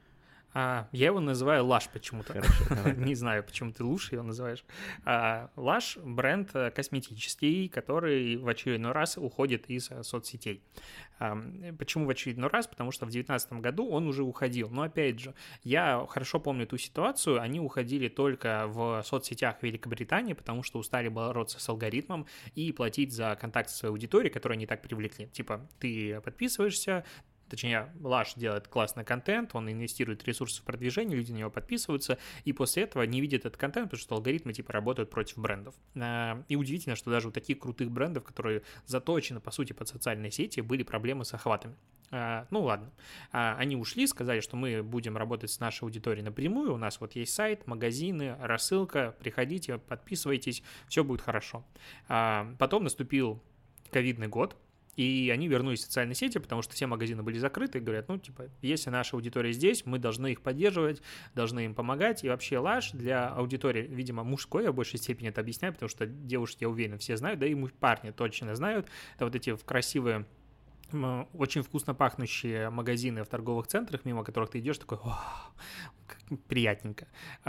А, я его называю Lush почему-то. Хорошо. Не знаю, почему ты лучше его называешь. А, Lush — бренд косметический, который в очередной раз уходит из соцсетей. А, почему в очередной раз? Потому что в две тысячи девятнадцатом году он уже уходил. Но опять же, я хорошо помню ту ситуацию. Они уходили только в соцсетях Великобритании, потому что устали бороться с алгоритмом и платить за контакт с своей аудиторией, которую они так привлекли. Типа, ты подписываешься, точнее, Lush делает классный контент, он инвестирует ресурсы в продвижение, люди на него подписываются, и после этого не видят этот контент, потому что алгоритмы типа работают против брендов. И удивительно, что даже у таких крутых брендов, которые заточены, по сути, под социальные сети, были проблемы с охватами. Ну ладно, они ушли, сказали, что мы будем работать с нашей аудиторией напрямую, у нас вот есть сайт, магазины, рассылка, приходите, подписывайтесь, все будет хорошо. Потом наступил ковидный год, и они вернулись в социальные сети, потому что все магазины были закрыты, и говорят, ну, типа, если наша аудитория здесь, мы должны их поддерживать, должны им помогать, и вообще Lush для аудитории, видимо, мужской, я в большей степени это объясняю, потому что девушки, я уверен, все знают, да и парни точно знают, это вот эти красивые, очень вкусно пахнущие магазины в торговых центрах, мимо которых ты идешь, такой, вау, как приятненько.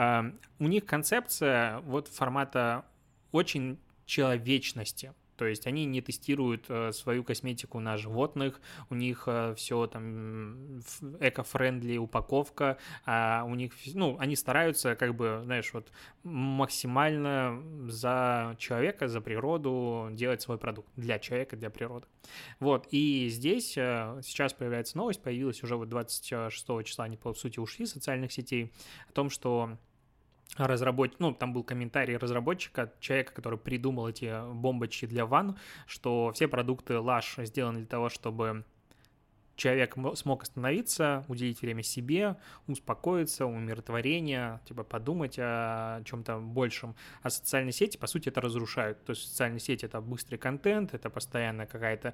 У них концепция вот формата очень человечности. То есть они не тестируют э, свою косметику на животных, у них э, все там эко-френдли упаковка, а у них, ну, они стараются как бы, знаешь, вот максимально за человека, за природу делать свой продукт, для человека, для природы. Вот, и здесь э, сейчас появляется новость, появилась уже вот двадцать шестого числа, они, по сути, ушли из социальных сетей, о том, что разработчик, ну, там был комментарий разработчика, человека, который придумал эти бомбочки для ванн, что все продукты Lush сделаны для того, чтобы человек смог остановиться, уделить время себе, успокоиться, умиротворение, типа подумать о чем-то большем. А социальные сети, по сути, это разрушают. То есть социальные сети — это быстрый контент, это постоянно какая-то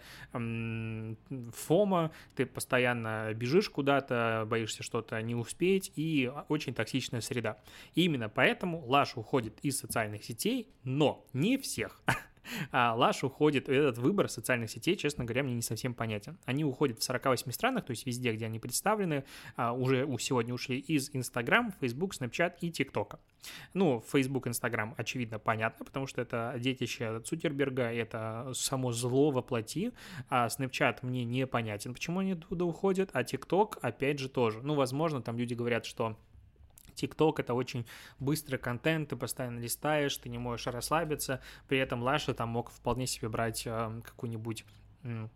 м- фома, ты постоянно бежишь куда-то, боишься что-то не успеть, и очень токсичная среда. И именно поэтому Lush уходит из социальных сетей, но не всех. А Lush уходит, этот выбор социальных сетей, честно говоря, мне не совсем понятен. Они уходят в сорока восьми странах, то есть везде, где они представлены, уже сегодня ушли из Instagram, Facebook, Snapchat и TikTok. Ну, Facebook, Instagram, очевидно, понятно, потому что это детище Цукерберга, это само зло воплоти, а Snapchat мне непонятен, почему они туда уходят, а TikTok, опять же, тоже. Ну, возможно, там люди говорят, что TikTok — это очень быстрый контент, ты постоянно листаешь, ты не можешь расслабиться, при этом Lush там мог вполне себе брать э, какую-нибудь, э,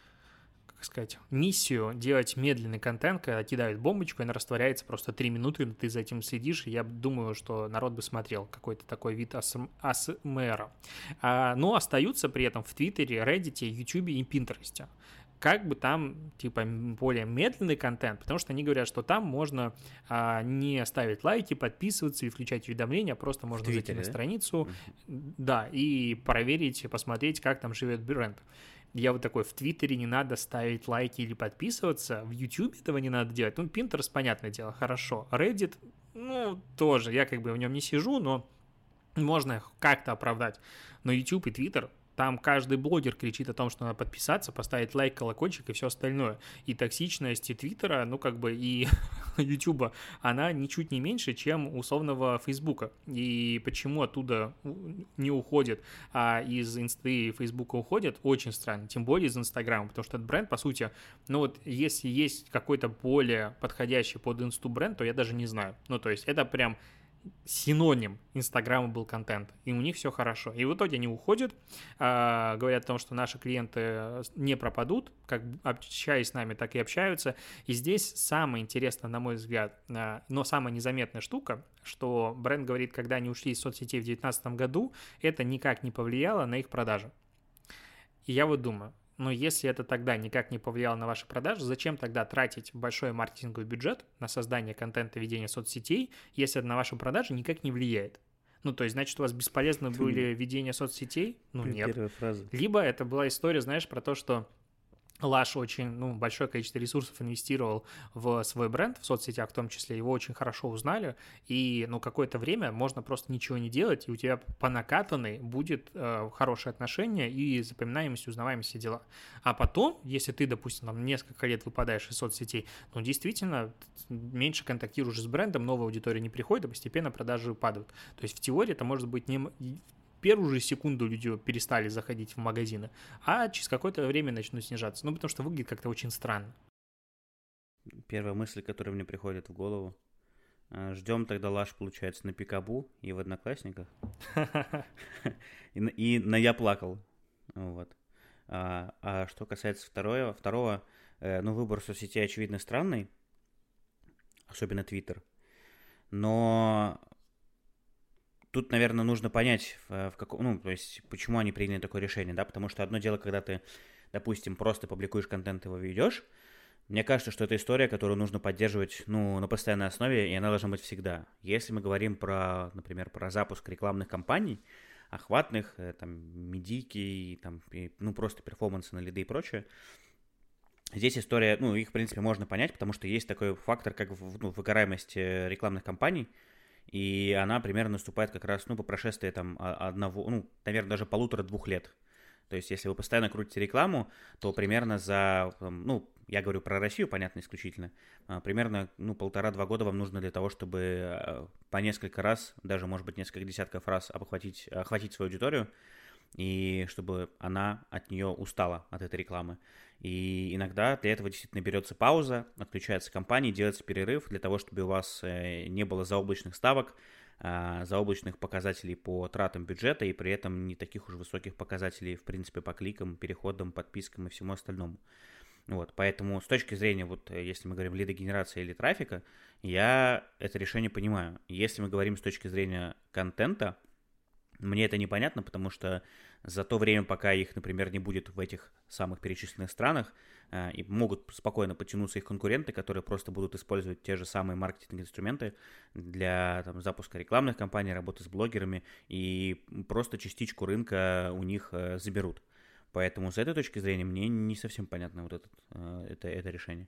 как сказать, миссию делать медленный контент, когда кидают бомбочку, и она растворяется просто три минуты, ты за этим следишь, и я думаю, что народ бы смотрел какой-то такой вид эй эс эм ар. А, но остаются при этом в Твиттере, Reddit, Ютубе и Пинтересте. Как бы там, типа, более медленный контент, потому что они говорят, что там можно а, не ставить лайки, подписываться и включать уведомления, просто можно Твиттере, зайти на да? страницу, mm-hmm. да, и проверить, посмотреть, как там живет бренд. Я вот такой, в Твиттере не надо ставить лайки или подписываться, в Ютубе этого не надо делать. Ну, Pinterest, понятное дело, хорошо. Reddit, ну, тоже, я как бы в нем не сижу, но можно их как-то оправдать. Но YouTube и Twitter, там каждый блогер кричит о том, что надо подписаться, поставить лайк, колокольчик и все остальное. И токсичность Твиттера, ну как бы и Ютуба, она ничуть не меньше, чем условного Фейсбука. И почему оттуда не уходит, а из Инсты и Фейсбука уходят, очень странно. Тем более из Инстаграма, потому что этот бренд, по сути, ну вот если есть какой-то более подходящий под Инсту бренд, то я даже не знаю. Ну то есть это прям синоним Инстаграма был контент, и у них все хорошо. И в итоге они уходят, э, говорят о том, что наши клиенты не пропадут, как общаясь с нами, так и общаются. И здесь самое интересное, на мой взгляд, э, но самая незаметная штука, что бренд говорит, когда они ушли из соцсетей в две тысячи девятнадцатом году, это никак не повлияло на их продажи. И я вот думаю, но если это тогда никак не повлияло на ваши продажи, зачем тогда тратить большой маркетинговый бюджет на создание контента, ведение соцсетей, если это на ваши продажи никак не влияет? Ну, то есть, значит, у вас бесполезно были ведение соцсетей? Ну, нет. Первая фраза. Либо это была история, знаешь, про то, что Лаш очень, ну, большое количество ресурсов инвестировал в свой бренд, в соцсетях в том числе, его очень хорошо узнали, и, ну, какое-то время можно просто ничего не делать, и у тебя по накатанной будет э, хорошее отношение и запоминаемость, узнаваемость, все дела. А потом, если ты, допустим, там несколько лет выпадаешь из соцсетей, ну, действительно, меньше контактируешь с брендом, новая аудитория не приходит, и постепенно продажи падают. То есть в теории это может быть не... первую же секунду люди перестали заходить в магазины, а через какое-то время начнут снижаться. Ну, потому что выглядит как-то очень странно. Первая мысль, которая мне приходит в голову. Ждем тогда Лаш, получается, на Пикабу и в Одноклассниках. И на Я плакал. Вот. А, а что касается второго, второго, ну, выбор соцсетей, очевидно, странный, особенно Твиттер. Но тут, наверное, нужно понять, в, в каком, ну, то есть, почему они приняли такое решение, да, потому что одно дело, когда ты, допустим, просто публикуешь контент, его ведешь. Мне кажется, что это история, которую нужно поддерживать, ну, на постоянной основе, и она должна быть всегда. Если мы говорим про, например, про запуск рекламных кампаний, охватных, там, медийки, там, ну, просто перформансы на лиды и прочее, здесь история, ну, их, в принципе, можно понять, потому что есть такой фактор, как, ну, выгораемость рекламных кампаний, и она примерно наступает как раз, ну, по прошествии, там, одного, ну, наверное, даже полутора-двух лет. То есть, если вы постоянно крутите рекламу, то примерно за, ну, я говорю про Россию, понятно, исключительно, примерно, ну, полтора-два года вам нужно для того, чтобы по несколько раз, даже, может быть, несколько десятков раз охватить, охватить свою аудиторию, и чтобы она от нее устала, от этой рекламы. И иногда для этого действительно берется пауза, отключается компания, делается перерыв для того, чтобы у вас не было заоблачных ставок, заоблачных показателей по тратам бюджета и при этом не таких уж высоких показателей, в принципе, по кликам, переходам, подпискам и всему остальному. Вот, поэтому с точки зрения, вот, если мы говорим лидогенерации или трафика, я это решение понимаю. Если мы говорим с точки зрения контента, мне это непонятно, потому что за то время, пока их, например, не будет в этих самых перечисленных странах, и могут спокойно подтянуться их конкуренты, которые просто будут использовать те же самые маркетинговые инструменты для там, запуска рекламных кампаний, работы с блогерами, и просто частичку рынка у них заберут. Поэтому с этой точки зрения мне не совсем понятно вот этот, это, это решение.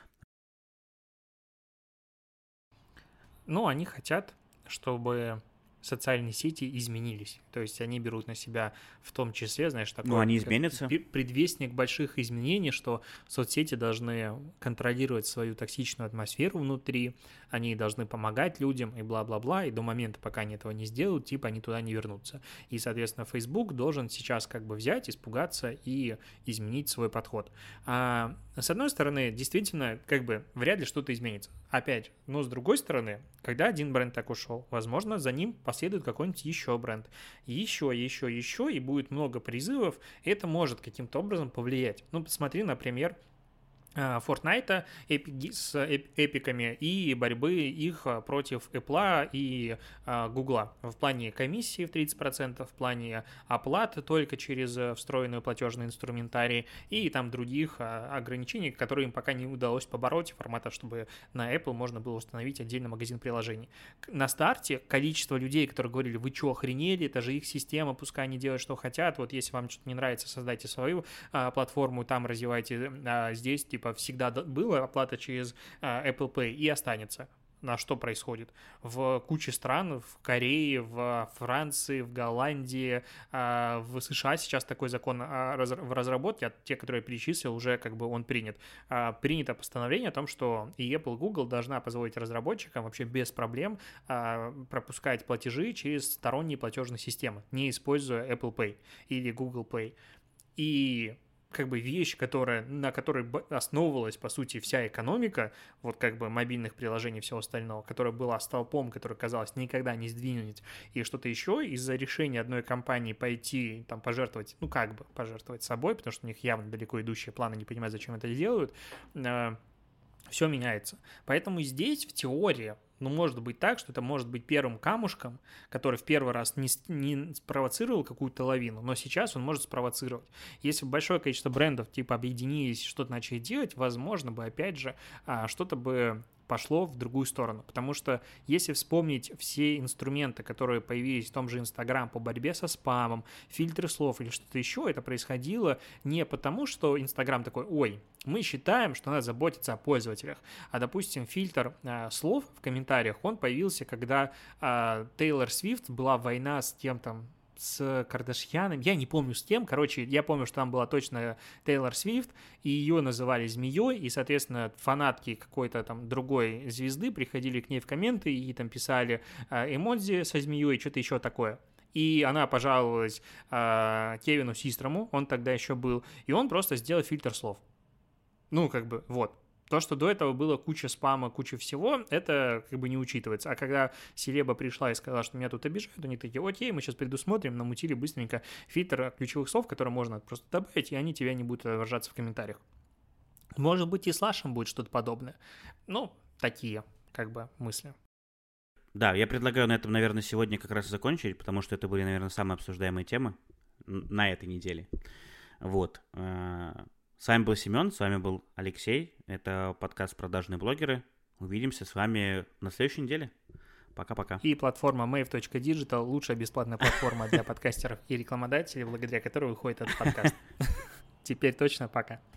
Ну, они хотят, чтобы социальные сети изменились. То есть они берут на себя в том числе, знаешь, такой... Ну, они изменятся. Предвестник больших изменений, что соцсети должны контролировать свою токсичную атмосферу внутри, они должны помогать людям и бла-бла-бла, и до момента, пока они этого не сделают, типа они туда не вернутся. И, соответственно, Facebook должен сейчас как бы взять, испугаться и изменить свой подход. А с одной стороны, действительно, как бы вряд ли что-то изменится. Опять, но с другой стороны, когда один бренд так ушел, возможно, за ним последует какой-нибудь еще бренд, еще, еще, еще, и будет много призывов, это может каким-то образом повлиять. Ну, посмотри, например, Fortnite с эпиками и борьбы их против Apple и Google в плане комиссии в тридцать процентов, в плане оплаты только через встроенную платежный инструментарий и там других ограничений, которые им пока не удалось побороть, формата, чтобы на Apple можно было установить отдельный магазин приложений. На старте количество людей, которые говорили, вы что, охренели, это же их система, пускай они делают, что хотят, вот если вам что-то не нравится, создайте свою платформу, там развивайте, здесь типа всегда была оплата через Apple Pay и останется. На что происходит? В куче стран, в Корее, в Франции, в Голландии, в США сейчас такой закон в разработке, а те, которые я перечислил, уже как бы он принят. Принято постановление о том, что и Apple, и Google должна позволить разработчикам вообще без проблем пропускать платежи через сторонние платежные системы, не используя Apple Pay или Google Pay. И как бы вещь, которая, на которой основывалась, по сути, вся экономика, вот как бы мобильных приложений и всего остального, которая была столпом, которая, казалось, никогда не сдвинуть, и что-то еще из-за решения одной компании пойти, там, пожертвовать, ну, как бы пожертвовать собой, потому что у них явно далеко идущие планы, не понимают, зачем это делают, все меняется. Поэтому здесь, в теории, ну, может быть так, что это может быть первым камушком, который в первый раз не, не спровоцировал какую-то лавину, но сейчас он может спровоцировать. Если бы большое количество брендов типа объединились и что-то начали делать, возможно бы, опять же, что-то бы пошло в другую сторону. Потому что если вспомнить все инструменты, которые появились в том же Инстаграм по борьбе со спамом, фильтры слов или что-то еще, это происходило не потому, что Инстаграм такой, ой, мы считаем, что надо заботиться о пользователях. А, допустим, фильтр э, слов в комментариях, он появился, когда э, Тейлор Свифт была война с тем там, с Кардашьяном, я не помню с кем, короче, я помню, что там была точно Тейлор Свифт, и ее называли змеей, и, соответственно, фанатки какой-то там другой звезды приходили к ней в комменты и там писали э, эмодзи со змеей, что-то еще такое. И она пожаловалась э, Кевину Систрому, он тогда еще был, и он просто сделал фильтр слов. Ну, как бы, вот. То, что до этого было куча спама, куча всего, это как бы не учитывается. А когда селеба пришла и сказала, что меня тут обижают, они такие, окей, мы сейчас предусмотрим, намутили быстренько фильтр ключевых слов, которые можно просто добавить, и они тебя не будут выражаться в комментариях. Может быть, и с Лашем будет что-то подобное. Ну, такие, как бы, мысли. Да, я предлагаю на этом, наверное, сегодня как раз закончить, потому что это были, наверное, самые обсуждаемые темы на этой неделе. Вот. С вами был Семен, с вами был Алексей. Это подкаст «Продажные блогеры». Увидимся с вами на следующей неделе. Пока-пока. И платформа мейв точка диджитал – лучшая бесплатная платформа для подкастеров и рекламодателей, благодаря которой выходит этот подкаст. Теперь точно пока.